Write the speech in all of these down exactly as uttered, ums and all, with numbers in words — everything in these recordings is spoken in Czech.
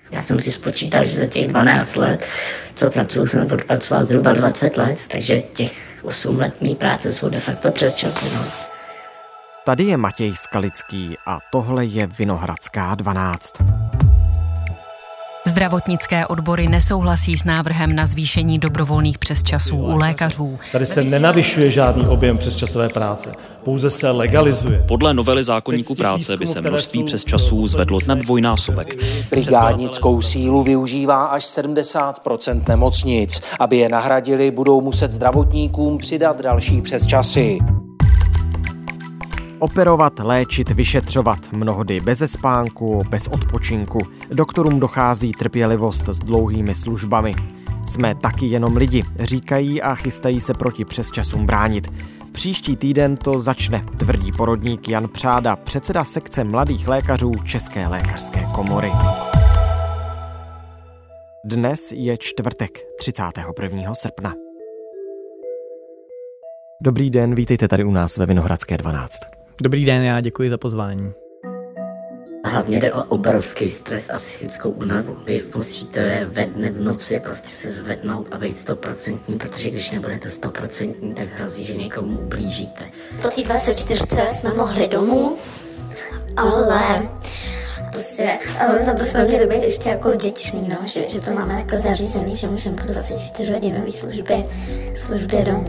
Já jsem si spočítal, že za těch dvanáct let, co pracuji, jsem odpracoval zhruba dvacet let, takže těch osm let mý práce jsou de facto přesčasy. No. Tady je Matěj Skalický a tohle je Vinohradská dvanáct. Zdravotnické odbory nesouhlasí s návrhem na zvýšení dobrovolných přesčasů u lékařů. Tady se nenavyšuje žádný objem přesčasové práce, pouze se legalizuje. Podle novely zákoníku práce by se množství přesčasů zvedlo na dvojnásobek. Brigádnickou sílu využívá až sedmdesát procent nemocnic. Aby je nahradili, budou muset zdravotníkům přidat další přesčasy. Operovat, léčit, vyšetřovat, mnohdy beze spánku, bez odpočinku. Doktorům dochází trpělivost s dlouhými službami. Jsme taky jenom lidi, říkají a chystají se proti přesčasům bránit. Příští týden to začne, tvrdí porodník Jan Přáda, předseda sekce mladých lékařů České lékařské komory. Dnes je čtvrtek, třicátého prvního srpna. Dobrý den, vítejte tady u nás ve Vinohradské dvanáct. Dobrý den, já děkuji za pozvání. Hlavně jde o obrovský stres a psychickou únavu. Vy musíte ve dne v noci prostě se zvednout a být stoprocentní, protože když nebudete stoprocentní, tak hrozí, že někomu ublížíte. Po té dvacet čtyřce jsme mohli domů, ale prostě, ale za to jsme měli být ještě jako vděční, no, že, že to máme takhle zařízený, že můžeme po dvacet čtyři hodinové službě, službě domů.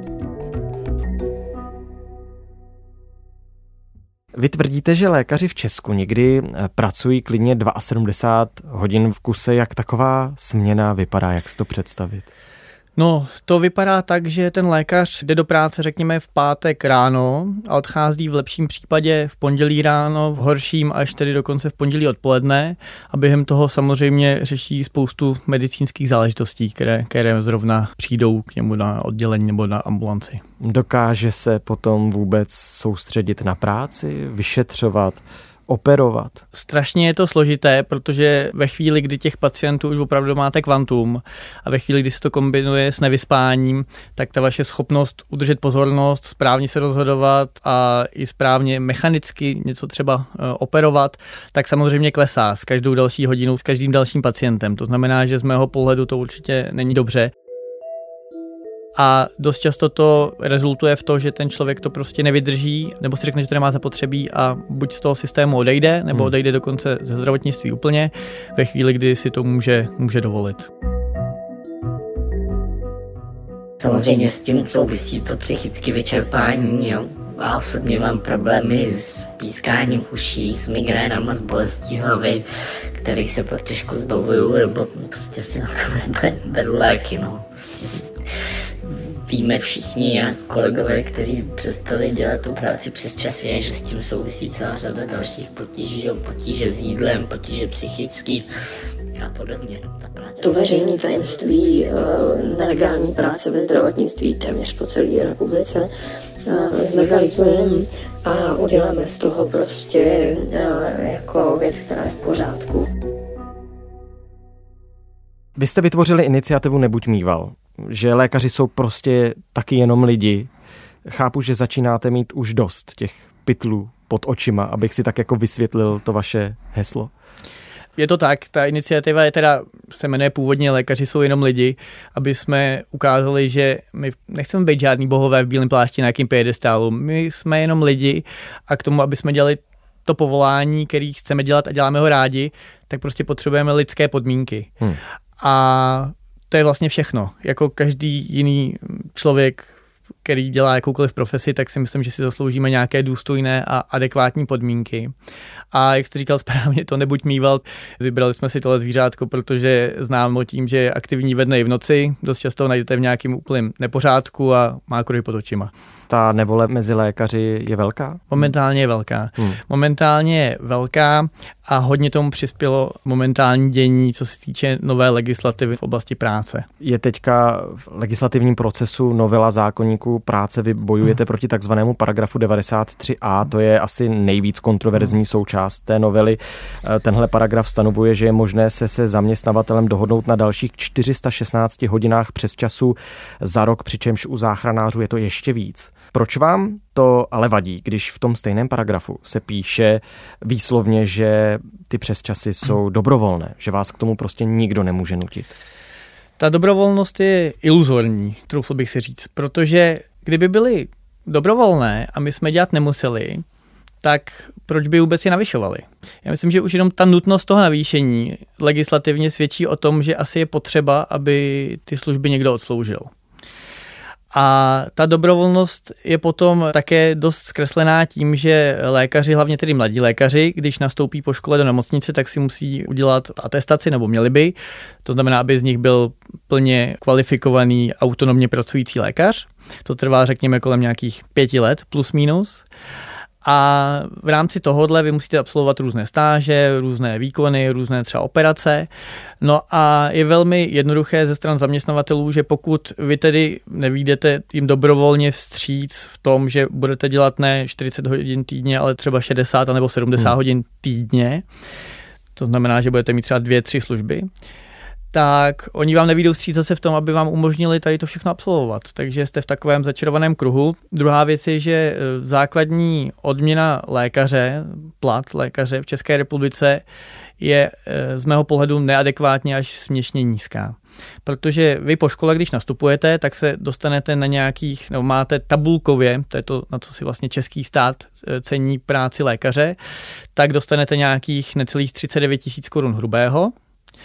Vy tvrdíte, že lékaři v Česku někdy pracují klidně sedmdesát dva hodin v kuse. Jak taková směna vypadá, jak si to představit? No, to vypadá tak, že ten lékař jde do práce, řekněme, v pátek ráno a odchází v lepším případě v pondělí ráno, v horším až tedy dokonce v pondělí odpoledne a během toho samozřejmě řeší spoustu medicínských záležitostí, které, které zrovna přijdou k němu na oddělení nebo na ambulanci. Dokáže se potom vůbec soustředit na práci, vyšetřovat, operovat? Strašně je to složité, protože ve chvíli, kdy těch pacientů už opravdu máte kvantum a ve chvíli, kdy se to kombinuje s nevyspáním, tak ta vaše schopnost udržet pozornost, správně se rozhodovat a i správně mechanicky něco třeba operovat, tak samozřejmě klesá s každou další hodinou, s každým dalším pacientem. To znamená, že z mého pohledu to určitě není dobře. A dost často to rezultuje v to, že ten člověk to prostě nevydrží, nebo si řekne, že to nemá zapotřebí a buď z toho systému odejde, nebo odejde dokonce ze zdravotnictví úplně, ve chvíli, kdy si to může, může dovolit. Samozřejmě s tím souvisí to psychické vyčerpání, jo. Já osobně mám problémy s pískáním v uších, s migrénama, s bolestí hlavy, kterých se pak těžko zbavuju, nebo prostě si na to beru léky, no. Víme všichni a kolegové, kteří přestali dělat tu práci přes čas, je, že s tím souvisí celá řada dalších potíží, potíže s jídlem, potíže psychický a podobně. Ta práce. To veřejné tajemství nelegální práce ve zdravotnictví téměř po celé republice zlegalizujeme a uděláme z toho prostě jako věc, která je v pořádku. Vy jste vytvořili iniciativu Nebuď mýval, že lékaři jsou prostě taky jenom lidi. Chápu, že začínáte mít už dost těch pytlů pod očima, abych si tak jako vysvětlil to vaše heslo. Je to tak, ta iniciativa je teda, se jmenuje původně Lékaři jsou jenom lidi, aby jsme ukázali, že my nechceme být žádný bohové v bílém plášti na nějakým piedestálu. My jsme jenom lidi a k tomu, aby jsme dělali to povolání, který chceme dělat a děláme ho rádi, tak prostě potřebujeme lidské podmínky. Hmm. A to je vlastně všechno. Jako každý jiný člověk, který dělá jakoukoliv profesi, tak si myslím, že si zasloužíme nějaké důstojné a adekvátní podmínky. A jak jste říkal správně, to Nebuď mýval. Vybrali jsme si tohle zvířátko, protože známo tím, že je aktivní ve dne i v noci. Dost často ho najdete v nějakém úplném nepořádku a má kruhy pod očima. Ta nevole mezi lékaři je velká? Momentálně je velká. Hmm. Momentálně je velká a hodně tomu přispělo momentální dění, co se týče nové legislativy v oblasti práce. Je teďka v legislativním procesu novela zákoníku práce, vy bojujete hmm. proti takzvanému paragrafu devadesát tři a, to je asi nejvíc kontroverzní hmm. součást té novely. Tenhle paragraf stanovuje, že je možné se se zaměstnavatelem dohodnout na dalších čtyři sta šestnáct hodinách přesčasů za rok, přičemž u záchranářů je to ještě víc. Proč vám to ale vadí, když v tom stejném paragrafu se píše výslovně, že ty přesčasy jsou dobrovolné, že vás k tomu prostě nikdo nemůže nutit? Ta dobrovolnost je iluzorní, troufl bych si říct, protože kdyby byly dobrovolné a my jsme dělat nemuseli, tak proč by vůbec je navyšovali? Já myslím, že už jenom ta nutnost toho navýšení legislativně svědčí o tom, že asi je potřeba, aby ty služby někdo odsloužil. A ta dobrovolnost je potom také dost zkreslená tím, že lékaři, hlavně tedy mladí lékaři, když nastoupí po škole do nemocnice, tak si musí udělat atestaci, nebo měli by. To znamená, aby z nich byl plně kvalifikovaný, autonomně pracující lékař. To trvá, řekněme, kolem nějakých pěti let, plus minus. A v rámci tohohle vy musíte absolvovat různé stáže, různé výkony, různé třeba operace. No a je velmi jednoduché ze stran zaměstnavatelů, že pokud vy tedy nevyjdete jim dobrovolně vstříc v tom, že budete dělat ne čtyřicet hodin týdně, ale třeba šedesát nebo sedmdesát hmm. hodin týdně, to znamená, že budete mít třeba dvě, tři služby, tak oni vám nevyjdou vstříc zase v tom, aby vám umožnili tady to všechno absolvovat. Takže jste v takovém začarovaném kruhu. Druhá věc je, že základní odměna lékaře, plat lékaře v České republice je z mého pohledu neadekvátně až směšně nízká. Protože vy po škole, když nastupujete, tak se dostanete na nějakých, nebo máte tabulkově, to je to, na co si vlastně český stát cení práci lékaře, tak dostanete nějakých necelých třicet devět tisíc korun hrubého.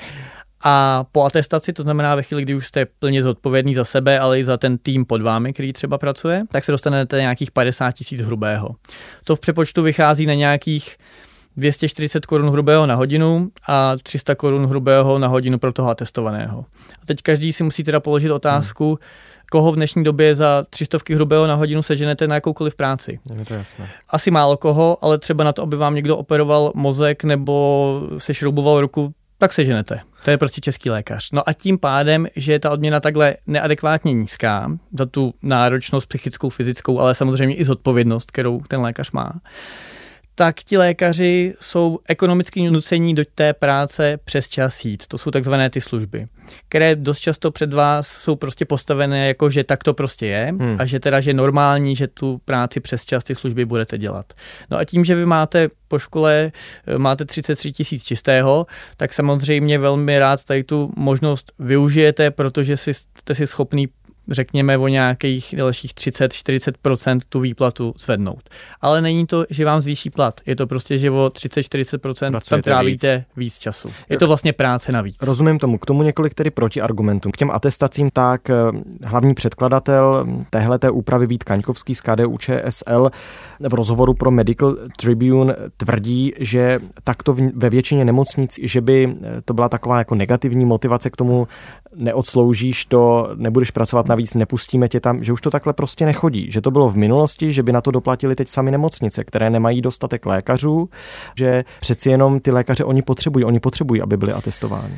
A po atestaci, to znamená ve chvíli, kdy už jste plně zodpovědný za sebe, ale i za ten tým pod vámi, který třeba pracuje, tak se dostanete nějakých padesát tisíc hrubého. To v přepočtu vychází na nějakých dvě stě čtyřicet korun hrubého na hodinu a tři sta korun hrubého na hodinu pro toho atestovaného. A teď každý si musí teda položit otázku, hmm. koho v dnešní době za tři stovky hrubého na hodinu seženete na jakoukoliv práci. Je to jasné. Asi málo koho, ale třeba na to, aby vám někdo operoval mozek nebo se šrouboval ruku, tak seženete. To je prostě český lékař. No a tím pádem, že je ta odměna takhle neadekvátně nízká za tu náročnost psychickou, fyzickou, ale samozřejmě i zodpovědnost, kterou ten lékař má, tak ti lékaři jsou ekonomicky nucení do té práce přes čas jít. To jsou takzvané ty služby, které dost často před vás jsou prostě postavené jako, že tak to prostě je hmm. a že teda, že normální, že tu práci přes čas ty služby budete dělat. No a tím, že vy máte po škole, máte třicet tři tisíc čistého, tak samozřejmě velmi rád tady tu možnost využijete, protože jste si schopný řekněme o nějakých dalších třicet až čtyřicet procent tu výplatu zvednout. Ale není to, že vám zvýší plat. Je to prostě, že o třicet až čtyřicet procent tam trávíte víc. víc času. Je to vlastně práce navíc. Rozumím tomu. K tomu několik tedy protiargumentů. K těm atestacím tak hlavní předkladatel téhleté úpravy Vít Kaňkovský z K D U Č S L v rozhovoru pro Medical Tribune tvrdí, že takto ve většině nemocnic, že by to byla taková jako negativní motivace k tomu, neodsloužíš to, nebudeš pracovat navíc, nepustíme tě tam, že už to takhle prostě nechodí. Že to bylo v minulosti, že by na to doplatili teď sami nemocnice, které nemají dostatek lékařů, že přeci jenom ty lékaře oni potřebují, oni potřebují, aby byli atestováni.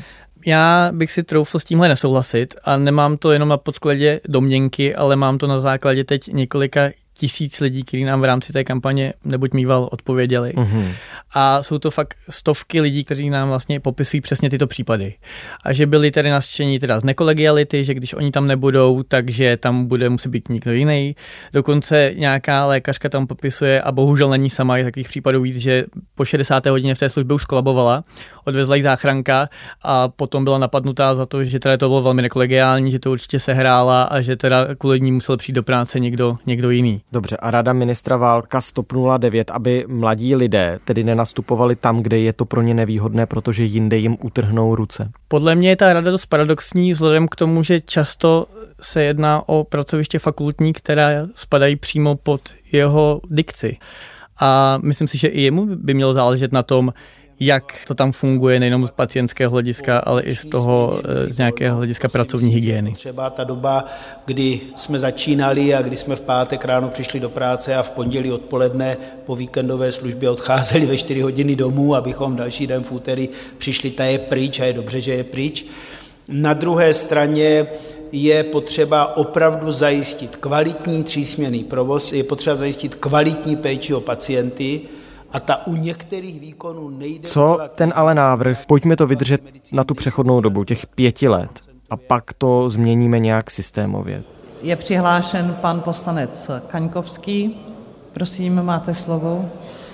Já bych si troufl s tímhle nesouhlasit a nemám to jenom na podkladě domněnky, ale mám to na základě teď několika tisíc lidí, kteří nám v rámci té kampaně nebuď mýval odpověděli. Mm-hmm. A jsou to fakt stovky lidí, kteří nám vlastně popisují přesně tyto případy. A že byli tedy nařčení teda z nekolegiality, že když oni tam nebudou, takže tam bude muset být někdo jiný. Dokonce nějaká lékařka tam popisuje a bohužel není sama, je takových případů víc, že po šedesáté hodině v té službě už skolabovala, odvezla jí záchranka a potom byla napadnutá za to, že teda to bylo velmi nekolegiální, že to určitě sehrála a že teda kvůli ní musel přijít do práce někdo, někdo jiný. Dobře, a rada ministra Válka z TOP nula devět, aby mladí lidé tedy nenastupovali tam, kde je to pro ně nevýhodné, protože jinde jim utrhnou ruce. Podle mě je ta rada dost paradoxní vzhledem k tomu, že často se jedná o pracoviště fakultní, která spadají přímo pod jeho dikci. A myslím si, že i jemu by mělo záležet na tom, jak to tam funguje nejenom z pacientského hlediska, ale i z toho, z nějakého hlediska pracovní hygieny. Třeba ta doba, kdy jsme začínali a kdy jsme v pátek ráno přišli do práce a v pondělí odpoledne po víkendové službě odcházeli ve čtyři hodiny domů, abychom další den v úterý přišli, ta je pryč a je dobře, že je pryč. Na druhé straně je potřeba opravdu zajistit kvalitní třísměnný provoz, je potřeba zajistit kvalitní péči o pacienty, a ta u některých výkonů nejde... Co ten ale návrh, pojďme to vydržet na tu přechodnou dobu, těch pěti let, a pak to změníme nějak systémově. Je přihlášen pan poslanec Kaňkovský. Prosím, máte slovo.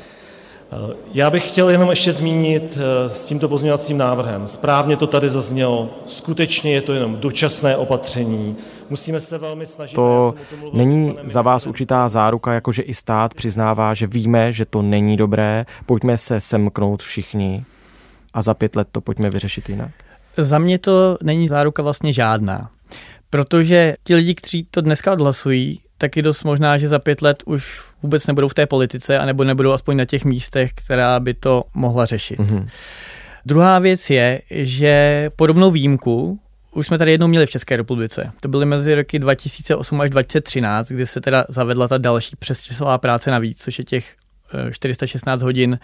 Já bych chtěl jenom ještě zmínit s tímto pozměňovacím návrhem. Správně to tady zaznělo, skutečně je to jenom dočasné opatření. Musíme se velmi snažit. To není za vás určitá záruka, jakože i stát přiznává, že víme, že to není dobré, pojďme se semknout všichni a za pět let to pojďme vyřešit jinak? Za mě to není záruka vlastně žádná, protože ti lidi, kteří to dneska odhlasují, tak je dost možná, že za pět let už vůbec nebudou v té politice, anebo nebudou aspoň na těch místech, která by to mohla řešit. Mm-hmm. Druhá věc je, že podobnou výjimku už jsme tady jednou měli v České republice. To byly mezi roky dva tisíce osm až dva tisíce třináct, kdy se teda zavedla ta další přesčasová práce navíc, což je těch čtyři sta šestnáct hodin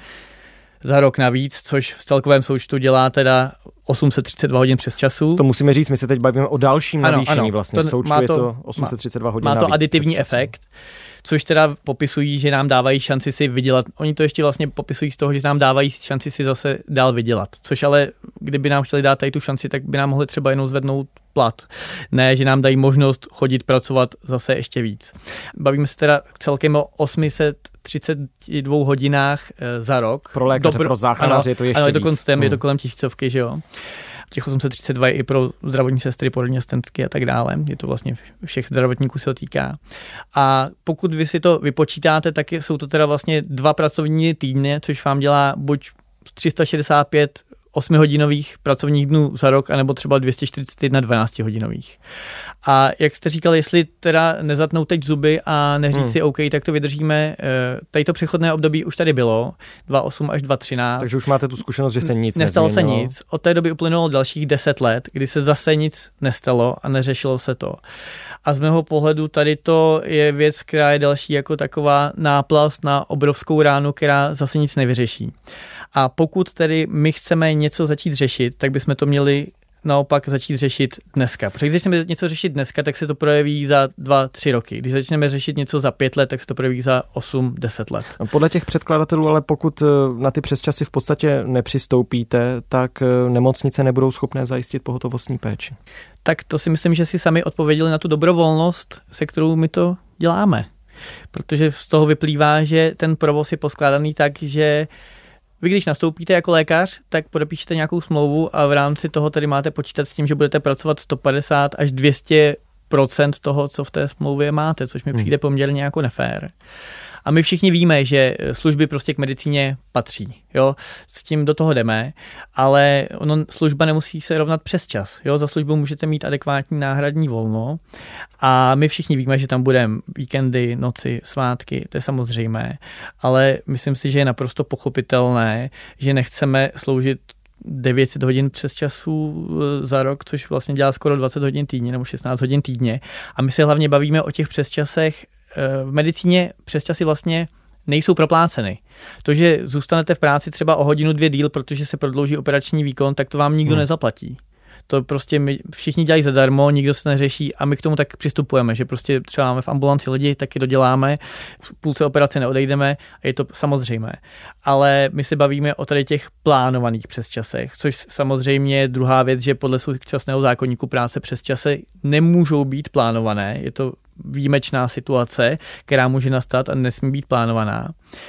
za rok navíc, což v celkovém součtu dělá teda osm set třicet dva hodin přes času. To musíme říct, my se teď bavíme o dalším navýšení, ano, ano, vlastně. V součtu to, je to osm set třicet dva hodin navíc. Má to aditivní efekt, což teda popisují, že nám dávají šanci si vydělat. Oni to ještě vlastně popisují z toho, že nám dávají šanci si zase dál vydělat. Což ale, kdyby nám chtěli dát tady tu šanci, tak by nám mohli třeba jenom zvednout plat. Ne, že nám dají možnost chodit pracovat zase ještě víc. Bavíme se teda celkem o osm set třicet dva hodinách za rok. Pro lékaře, Dobr- pro záchranáře je to ještě ano, víc. Je to, koncem, hmm. je to kolem tisícovky, že jo. Těch osm set třicet dva je i pro zdravotní sestry, porodní asistentky a tak dále. Je to vlastně všech zdravotníků se to týká. A pokud vy si to vypočítáte, tak jsou to teda vlastně dva pracovní týdny, což vám dělá buď tři sta šedesát pět osmihodinových pracovních dnů za rok, anebo třeba dvě stě čtyřicet jedna dvanáctihodinových. A jak jste říkal, jestli teda nezatnou teď zuby a neříct hmm. si OK, tak to vydržíme. Tady to přechodné období už tady bylo, dva tisíce osm až dva tisíce třináct. Takže už máte tu zkušenost, že se nic nestalo nezměnilo. se nic. Od té doby uplynulo dalších deset let, kdy se zase nic nestalo a neřešilo se to. A z mého pohledu tady to je věc, která je další jako taková náplast na obrovskou ránu, která zase nic nevyřeší. A pokud tedy my chceme něco začít řešit, tak bychom to měli naopak začít řešit dneska. Protože když začneme něco řešit dneska, tak se to projeví za dva, tři roky. Když začneme řešit něco za pět let, tak se to projeví za osm, deset let. Podle těch předkladatelů, ale pokud na ty přesčasy v podstatě nepřistoupíte, tak nemocnice nebudou schopné zajistit pohotovostní péči. Tak to si myslím, že si sami odpověděli na tu dobrovolnost, se kterou my to děláme. Protože z toho vyplývá, že ten provoz je poskládaný tak, že vy, když nastoupíte jako lékař, tak podepíšete nějakou smlouvu a v rámci toho tady máte počítat s tím, že budete pracovat sto padesát až dvě stě procent toho, co v té smlouvě máte, což mi přijde poměrně jako nefér. A my všichni víme, že služby prostě k medicíně patří. Jo? S tím do toho jdeme, ale ono, služba nemusí se rovnat přes čas. Jo? Za službu můžete mít adekvátní náhradní volno a my všichni víme, že tam budeme víkendy, noci, svátky, to je samozřejmé, ale myslím si, že je naprosto pochopitelné, že nechceme sloužit devět set hodin přes časů za rok, což vlastně dělá skoro dvacet hodin týdně nebo šestnáct hodin týdně. A my se hlavně bavíme o těch přesčasech. V medicíně přesčasy vlastně nejsou propláceny. To, že zůstanete v práci třeba o hodinu, dvě díl, protože se prodlouží operační výkon, tak to vám nikdo hmm. nezaplatí. To prostě my všichni dělají zadarmo, nikdo se neřeší a my k tomu tak přistupujeme, že prostě třeba máme v ambulanci lidi, taky doděláme, v půlce operace neodejdeme a je to samozřejmé. Ale my se bavíme o tady těch plánovaných přesčasech, což samozřejmě je druhá věc, že podle současného zákoníku práce přesčasy nemůžou být plánované. Je to výjimečná situace, která může nastat a nesmí být plánovaná.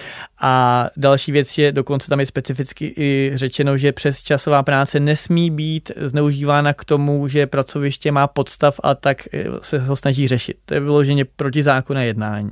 A další věc je, dokonce tam je specificky i řečeno, že přesčasová práce nesmí být zneužívána k tomu, že pracoviště má podstav a tak se ho snaží řešit. To je vyloženě protizákonné jednání.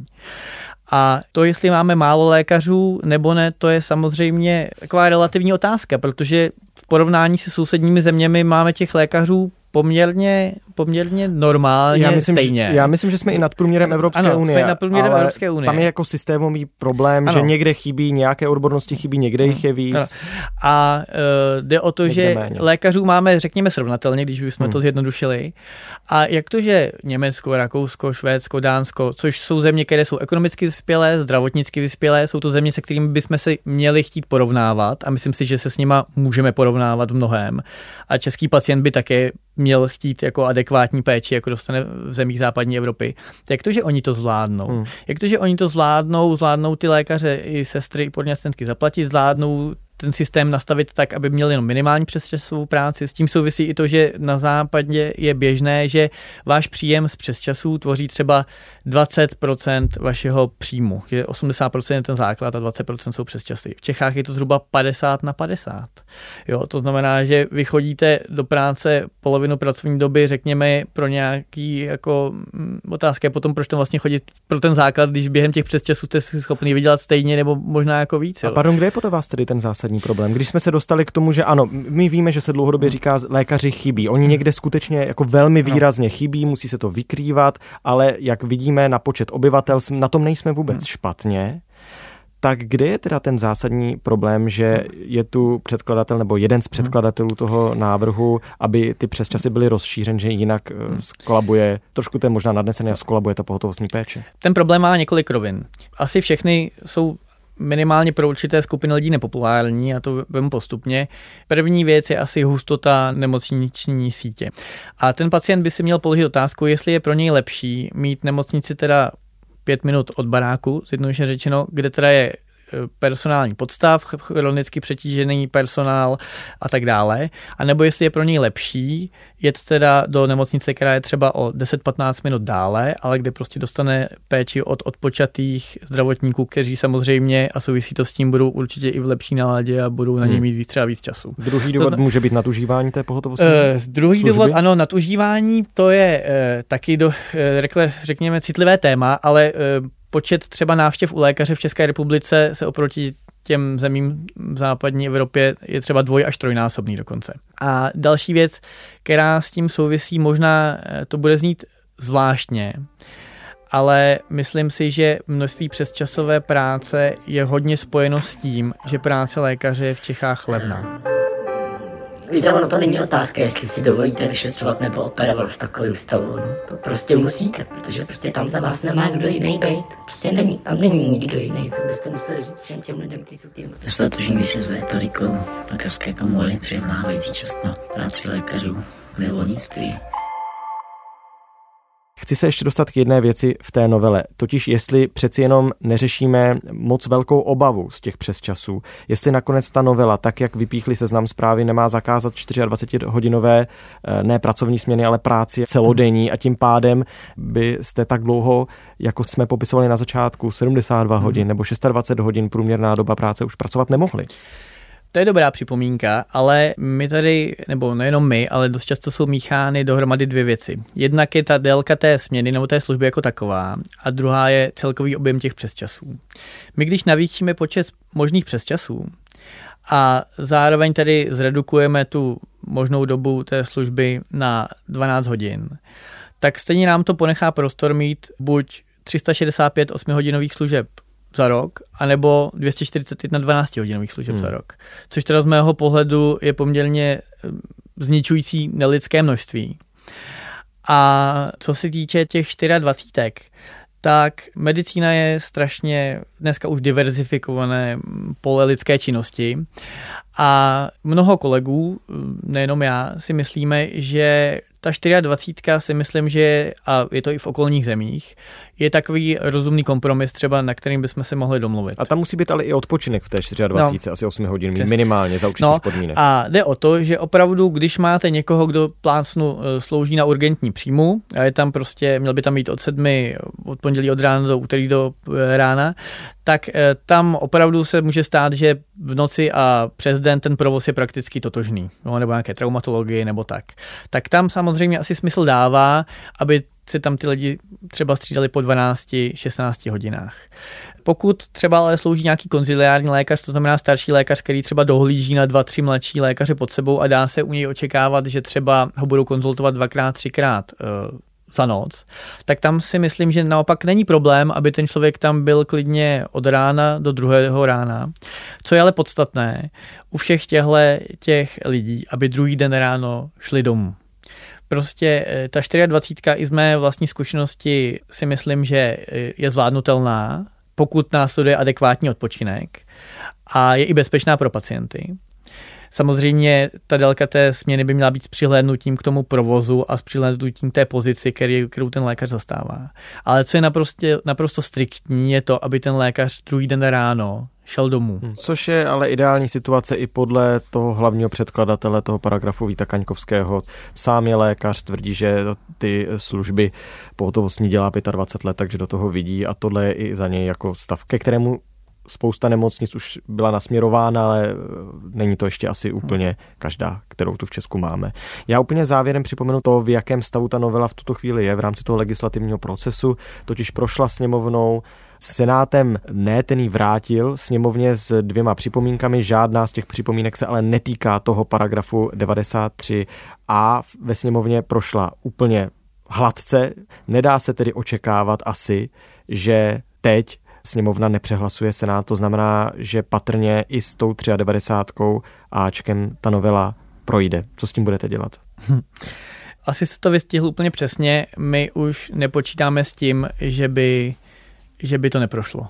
A to, jestli máme málo lékařů nebo ne, to je samozřejmě taková relativní otázka, protože v porovnání se sousedními zeměmi máme těch lékařů poměrně, poměrně normálně já myslím, stejně. Že, já myslím, že jsme i nad průměrem Evropské ano, unie. Jsme nad průměrem ale Evropské unie. Tam je jako systémový problém, ano. že někde chybí nějaké odbornosti, chybí někde jich je víc. Ano. A uh, jde o to, někde že méně. Lékařů máme, řekněme, srovnatelně, když bychom hmm. to zjednodušili. A jak to, že Německo, Rakousko, Švédsko, Dánsko, což jsou země, které jsou ekonomicky vyspělé, zdravotnicky vyspělé, jsou to země, se kterými bychom se měli chtít porovnávat a myslím si, že se s nima můžeme porovnávat v mnohém. A český pacient by také měl chtít jako adekvátní péči, jako dostane v zemích západní Evropy. Jak to, že oni to zvládnou? Hmm. Jak to, že oni to zvládnou, zvládnou ty lékaře i sestry, i porodní asistentky zaplatit, zvládnou ten systém nastavit tak, aby měl jenom minimální přesčasovou práci. S tím souvisí i to, že na západě je běžné, že váš příjem z přesčasů tvoří třeba dvacet procent vašeho příjmu, že osmdesát procent je ten základ a dvacet procent jsou přesčasy. V Čechách je to zhruba padesát na padesát. Jo, to znamená, že vy chodíte do práce polovinu pracovní doby, řekněme, pro nějaký jako otázka, potom proč tam vlastně chodit pro ten základ, když během těch přesčasů jste si schopni vydělat stejně nebo možná jako víc. Jo. A pardon, kde je podle vás tedy ten zásadní problém? Když jsme se dostali k tomu, že ano, my víme, že se dlouhodobě říká, lékaři chybí. Oni někde skutečně jako velmi výrazně chybí, musí se to vykrývat, ale jak vidíme na počet obyvatel, na tom nejsme vůbec špatně. Tak kde je teda ten zásadní problém, že je tu předkladatel nebo jeden z předkladatelů toho návrhu, aby ty přesčasy byly rozšířen, že jinak skolabuje, trošku to je možná nadnesené, a skolabuje ta pohotovostní péče? Ten problém má několik rovin. Asi všechny jsou minimálně pro určité skupiny lidí nepopulární, a to vemu postupně. První věc je asi hustota nemocniční sítě. A ten pacient by si měl položit otázku, jestli je pro něj lepší mít nemocnici teda pět minut od baráku, zjednodušeně řečeno, kde teda je personální podstav, chronicky přetížený personál a tak dále, a nebo jestli je pro něj lepší jet teda do nemocnice, která je třeba o deset patnáct minut dále, ale kde prostě dostane péči od odpočatých zdravotníků, kteří samozřejmě, a souvisí to s tím, budou určitě i v lepší náladě a budou na něj mít víc, třeba víc času. Druhý důvod to, může být nadužívání té pohotovostní uh, Druhý služby? důvod, ano, nadužívání, to je uh, taky do, uh, rekle, řekněme, citlivé téma, ale uh, počet třeba návštěv u lékaře v České republice se oproti těm zemím v západní Evropě je třeba dvoj až trojnásobný dokonce. A další věc, která s tím souvisí, možná to bude znít zvláštně, ale myslím si, že množství přesčasové práce je hodně spojeno s tím, že práce lékaře je v Čechách levná. Víte, ono to není otázka, jestli si dovolíte vyšetřovat nebo operovat v takovém stavu. No. To prostě musíte, protože prostě tam za vás nemá kdo jiný být. Prostě není, tam není nikdo jiný. To byste museli říct všem těm lidem, kteří jsou tím. Statožní se s rétorikou lékařské komory přehnávající čas na práci lékařů v nevolnictví. Chci se ještě dostat k jedné věci v té novele, totiž jestli přeci jenom neřešíme moc velkou obavu z těch přesčasů, jestli nakonec ta novela, tak jak vypíchli Seznam Zprávy, nemá zakázat dvacetičtyřhodinové ne pracovní směny, ale práci celodenní, a tím pádem byste tak dlouho, jako jsme popisovali na začátku, sedmdesát dva hodin nebo dvacet šest hodin průměrná doba práce už pracovat nemohli. To je dobrá připomínka, ale my tady, nebo nejenom my, ale dost často jsou míchány dohromady dvě věci. Jednak je ta délka té směny nebo té služby jako taková a druhá je celkový objem těch přesčasů. My když navýšíme počet možných přesčasů a zároveň tady zredukujeme tu možnou dobu té služby na dvanáct hodin, tak stejně nám to ponechá prostor mít buď tři sta šedesát pět osmihodinových služeb za rok, anebo dvě stě čtyřicet jedna dvanáctihodinových služeb hmm. za rok. Což teda z mého pohledu je poměrně zničující nelidské množství. A co se týče těch dvacet čtyři, tak medicína je strašně dneska už diverzifikované pole lidské činnosti a mnoho kolegů, nejenom já, si myslíme, že ta dvacet čtyři si myslím, že, a je to i v okolních zemích, je takový rozumný kompromis třeba, na kterým bychom se mohli domluvit. A tam musí být ale i odpočinek v té dvacet čtyři, no, asi osm hodin minimálně za určitých no, podmínek. A jde o to, že opravdu, když máte někoho, kdo plácnu slouží na urgentní příjmu, a je tam prostě, měl by tam být od sedmi, od pondělí od rána do úterý do rána, tak tam opravdu se může stát, že v noci a přes den ten provoz je prakticky totožný, no, nebo nějaké traumatologie nebo tak. Tak tam samozřejmě asi smysl dává, aby se tam ty lidi třeba střídali po dvanácti šestnácti hodinách. Pokud třeba ale slouží nějaký konziliární lékař, to znamená starší lékař, který třeba dohlíží na dva, tři mladší lékaře pod sebou a dá se u něj očekávat, že třeba ho budou konzultovat dvakrát, třikrát uh, za noc, tak tam si myslím, že naopak není problém, aby ten člověk tam byl klidně od rána do druhého rána. Co je ale podstatné, u všech těchto těch lidí, aby druhý den ráno šli domů. Prostě ta dvacet čtyři i z mé vlastní zkušenosti si myslím, že je zvládnutelná, pokud následuje adekvátní odpočinek a je i bezpečná pro pacienty. Samozřejmě ta délka té směny by měla být s přihlédnutím k tomu provozu a s přihlédnutím té pozici, který, kterou ten lékař zastává. Ale co je naprosto, naprosto striktní, je to, aby ten lékař druhý den ráno šel domů. Hmm. Což je ale ideální situace i podle toho hlavního předkladatele toho paragrafu Víta Kaňkovského. Sám je lékař, tvrdí, že ty služby pohotovostní dělá dvacet pět let, takže do toho vidí a tohle je i za něj jako stav, ke kterému spousta nemocnic už byla nasměrována, ale není to ještě asi úplně každá, kterou tu v Česku máme. Já úplně závěrem připomenu to, v jakém stavu ta novela v tuto chvíli je v rámci toho legislativního procesu, totiž prošla sněmovnou, Senátem ne, ten ji vrátil sněmovně s dvěma připomínkami, žádná z těch připomínek se ale netýká toho paragrafu devadesát tři a ve sněmovně prošla úplně hladce. Nedá se tedy očekávat asi, že teď sněmovna nepřehlasuje Senát, to znamená, že patrně i s tou devadesátkou Ačkem ta novela projde. Co s tím budete dělat? Hm. Asi se to vystihl úplně přesně. My už nepočítáme s tím, že by, že by to neprošlo.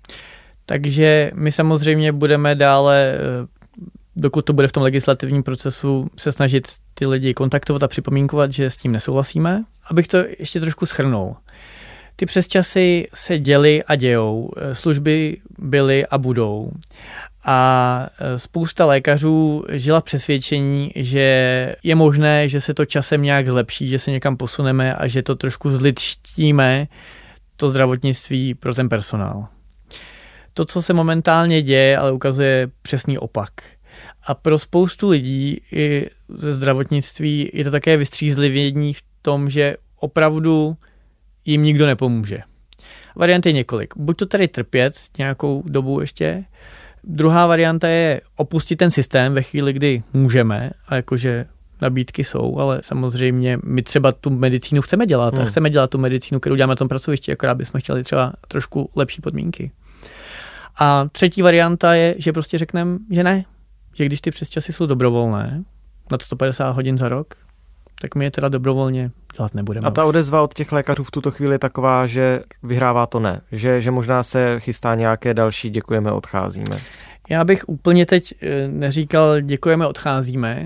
Takže my samozřejmě budeme dále, dokud to bude v tom legislativním procesu, se snažit ty lidi kontaktovat a připomínkovat, že s tím nesouhlasíme. Abych to ještě trošku shrnul. Ty přesčasy se děly a dějou, služby byly a budou. A spousta lékařů žila přesvědčení, že je možné, že se to časem nějak zlepší, že se někam posuneme a že to trošku zlidštíme, to zdravotnictví pro ten personál. To, co se momentálně děje, ale ukazuje přesný opak. A pro spoustu lidí i ze zdravotnictví je to také vystřízlivění v tom, že opravdu jim nikdo nepomůže. Variant je několik. Buď to tady trpět nějakou dobu ještě, druhá varianta je opustit ten systém ve chvíli, kdy můžeme, a jakože nabídky jsou, ale samozřejmě my třeba tu medicínu chceme dělat hmm. a chceme dělat tu medicínu, kterou děláme na tom pracovišti, akorát bychom chtěli třeba trošku lepší podmínky. A třetí varianta je, že prostě řekneme, že ne, že když ty přesčasy jsou dobrovolné, nad sto padesát hodin za rok, tak my je teda dobrovolně dělat nebudeme. A ta už. Odezva od těch lékařů v tuto chvíli je taková, že vyhrává to ne. Že, že možná se chystá nějaké další děkujeme, odcházíme. Já bych úplně teď neříkal děkujeme, odcházíme,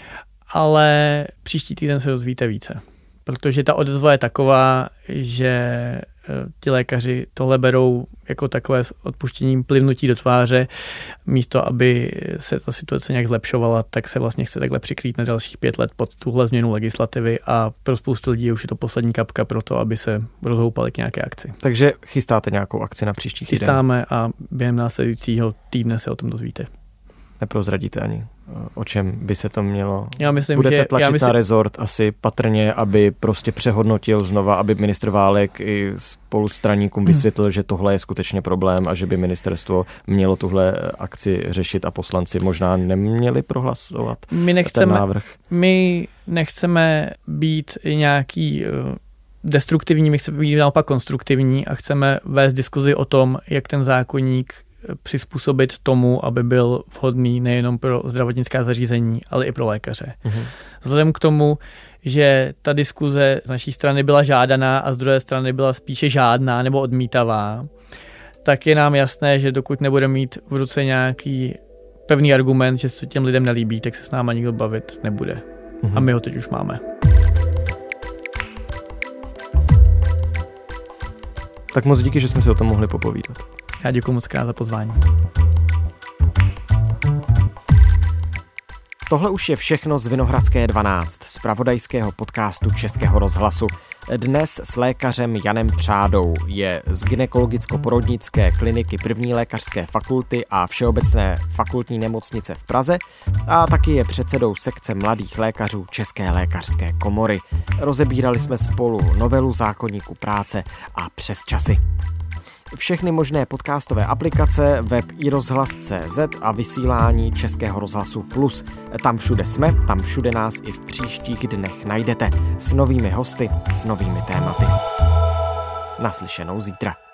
ale příští týden se dozvíte více. Protože ta odezva je taková, že ti lékaři tohle berou jako takové s odpuštěním plivnutí do tváře. Místo, aby se ta situace nějak zlepšovala, tak se vlastně chce takhle přikrýt na dalších pět let pod tuhle změnu legislativy a pro spoustu lidí už je to poslední kapka pro to, aby se rozhoupali k nějaké akci. Takže chystáte nějakou akci na příští týden? Chystáme a během následujícího týdne se o tom dozvíte. Neprozradíte ani, o čem by se to mělo. Já myslím, Budete že, tlačit já myslím, na rezort asi patrně, aby prostě přehodnotil znova, aby ministr Válek i spolustraníkům vysvětlil, hmm. že tohle je skutečně problém a že by ministerstvo mělo tuhle akci řešit a poslanci možná neměli prohlasovat my nechceme, ten návrh. My nechceme být nějaký destruktivní, my chceme být naopak konstruktivní a chceme vést diskuzi o tom, jak ten zákoník přizpůsobit tomu, aby byl vhodný nejenom pro zdravotnická zařízení, ale i pro lékaře. Mm-hmm. Vzhledem k tomu, že ta diskuze z naší strany byla žádaná a z druhé strany byla spíše žádná nebo odmítavá, tak je nám jasné, že dokud nebude mít v ruce nějaký pevný argument, že se těm lidem nelíbí, tak se s náma nikdo bavit nebude. Mm-hmm. A my ho teď už máme. Tak moc díky, že jsme si o tom mohli popovídat. Já děkuji moc krát za pozvání. Tohle už je všechno z Vinohradské dvanáct, z zpravodajského podcastu Českého rozhlasu. Dnes s lékařem Janem Přádou, je z gynekologicko-porodnické kliniky první lékařské fakulty a Všeobecné fakultní nemocnice v Praze a taky je předsedou sekce mladých lékařů České lékařské komory. Rozebírali jsme spolu novelu zákoníku práce a přesčasy. Všechny možné podcastové aplikace, web i rozhlas tečka cé zet a vysílání Českého rozhlasu Plus. Tam všude jsme, tam všude nás i v příštích dnech najdete. S novými hosty, s novými tématy. Naslyšenou zítra.